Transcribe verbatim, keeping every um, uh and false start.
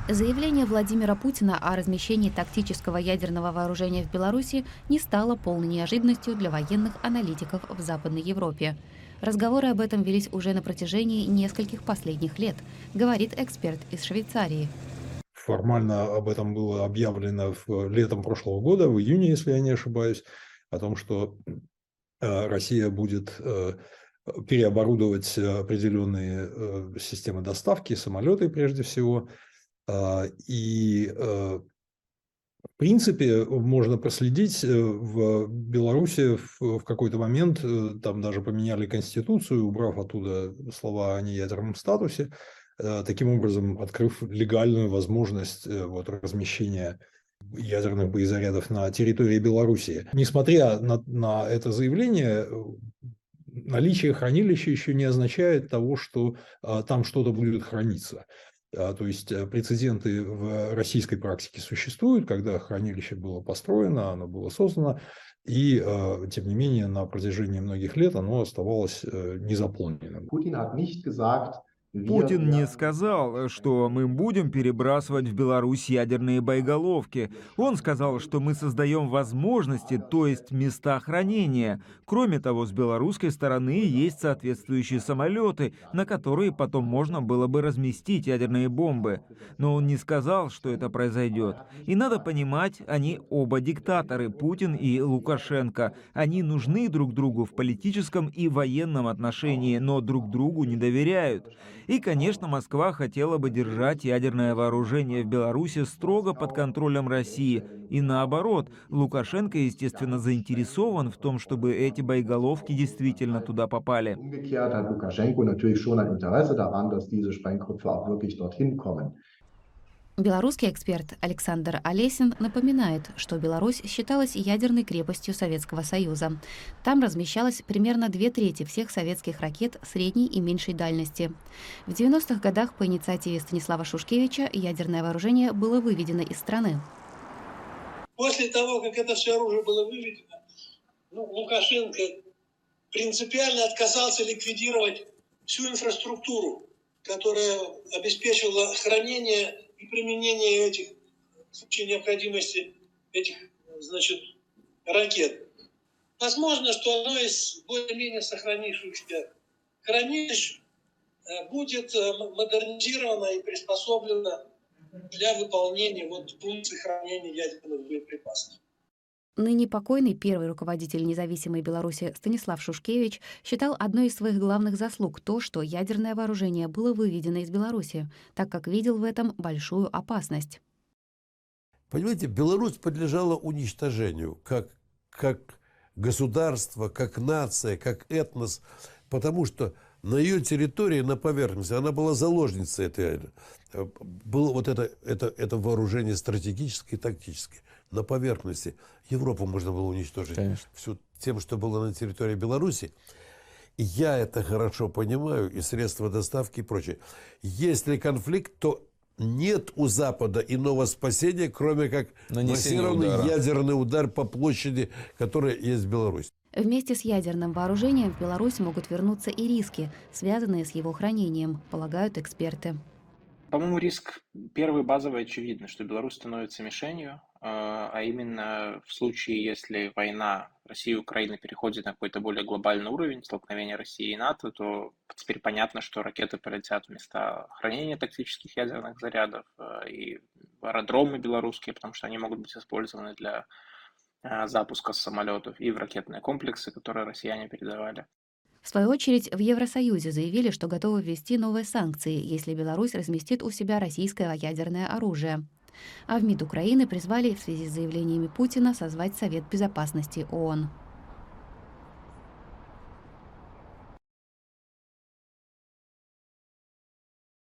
Заявление Владимира Путина о размещении тактического ядерного вооружения в Беларуси не стало полной неожиданностью для военных аналитиков в Западной Европе. Разговоры об этом велись уже на протяжении нескольких последних лет, говорит эксперт из Швейцарии. Формально об этом было объявлено в летом прошлого года, в июне, если я не ошибаюсь, о том, что Россия будет переоборудовать определенные системы доставки, самолеты прежде всего. И, в принципе, можно проследить, в Беларуси в какой-то момент там даже поменяли конституцию, убрав оттуда слова о неядерном статусе, таким образом открыв легальную возможность вот, размещения ядерных боезарядов на территории Беларуси. Несмотря на, на это заявление, наличие хранилища еще не означает того, что а, там что-то будет храниться. А, то есть прецеденты в российской практике существуют, когда хранилище было построено, оно было создано, и, а, тем не менее, на протяжении многих лет оно оставалось а, незаполненным. Путин не сказал, что мы будем перебрасывать в Беларусь ядерные боеголовки. Он сказал, что мы создаем возможности, то есть места хранения. Кроме того, с белорусской стороны есть соответствующие самолеты, на которые потом можно было бы разместить ядерные бомбы. Но он не сказал, что это произойдет. И надо понимать, они оба диктаторы, Путин и Лукашенко. Они нужны друг другу в политическом и военном отношении, но друг другу не доверяют. И, конечно, Москва хотела бы держать ядерное вооружение в Беларуси строго под контролем России. И наоборот, Лукашенко, естественно, заинтересован в том, чтобы эти боеголовки действительно туда попали. Белорусский эксперт Александр Олесин напоминает, что Беларусь считалась ядерной крепостью Советского Союза. Там размещалось примерно две трети всех советских ракет средней и меньшей дальности. В девяностых годах по инициативе Станислава Шушкевича ядерное вооружение было выведено из страны. После того, как это все оружие было выведено, ну, Лукашенко принципиально отказался ликвидировать всю инфраструктуру, которая обеспечивала хранение и применение этих, в случае необходимости, этих, значит, ракет. Возможно, что одно из более-менее сохранившихся хранилищ будет модернизировано и приспособлено для выполнения вот, функций хранения ядерных боеприпасов. Ныне покойный первый руководитель независимой Беларуси Станислав Шушкевич считал одной из своих главных заслуг то, что ядерное вооружение было выведено из Беларуси, так как видел в этом большую опасность. Понимаете, Беларусь подлежала уничтожению как, как государство, как нация, как этнос, потому что на ее территории, на поверхности, она была заложницей этой. Было вот это, это, это вооружение стратегическое и тактическое. На поверхности Европу можно было уничтожить. Конечно. Всю тем, что было на территории Беларуси. И я это хорошо понимаю, и средства доставки и прочее. Если конфликт, то нет у Запада иного спасения, кроме как массированный ядерный удар по площади, которая есть в Беларуси. Вместе с ядерным вооружением в Беларусь могут вернуться и риски, связанные с его хранением, полагают эксперты. По-моему, риск первый базовый очевидно, что Беларусь становится мишенью, а именно в случае, если война России и Украины переходит на какой-то более глобальный уровень, столкновения России и НАТО, то теперь понятно, что ракеты полетят в места хранения тактических ядерных зарядов и аэродромы белорусские, потому что они могут быть использованы для запуска самолетов и в ракетные комплексы, которые россияне передавали. В свою очередь, в Евросоюзе заявили, что готовы ввести новые санкции, если Беларусь разместит у себя российское ядерное оружие. А в МИД Украины призвали в связи с заявлениями Путина созвать Совет Безопасности ООН.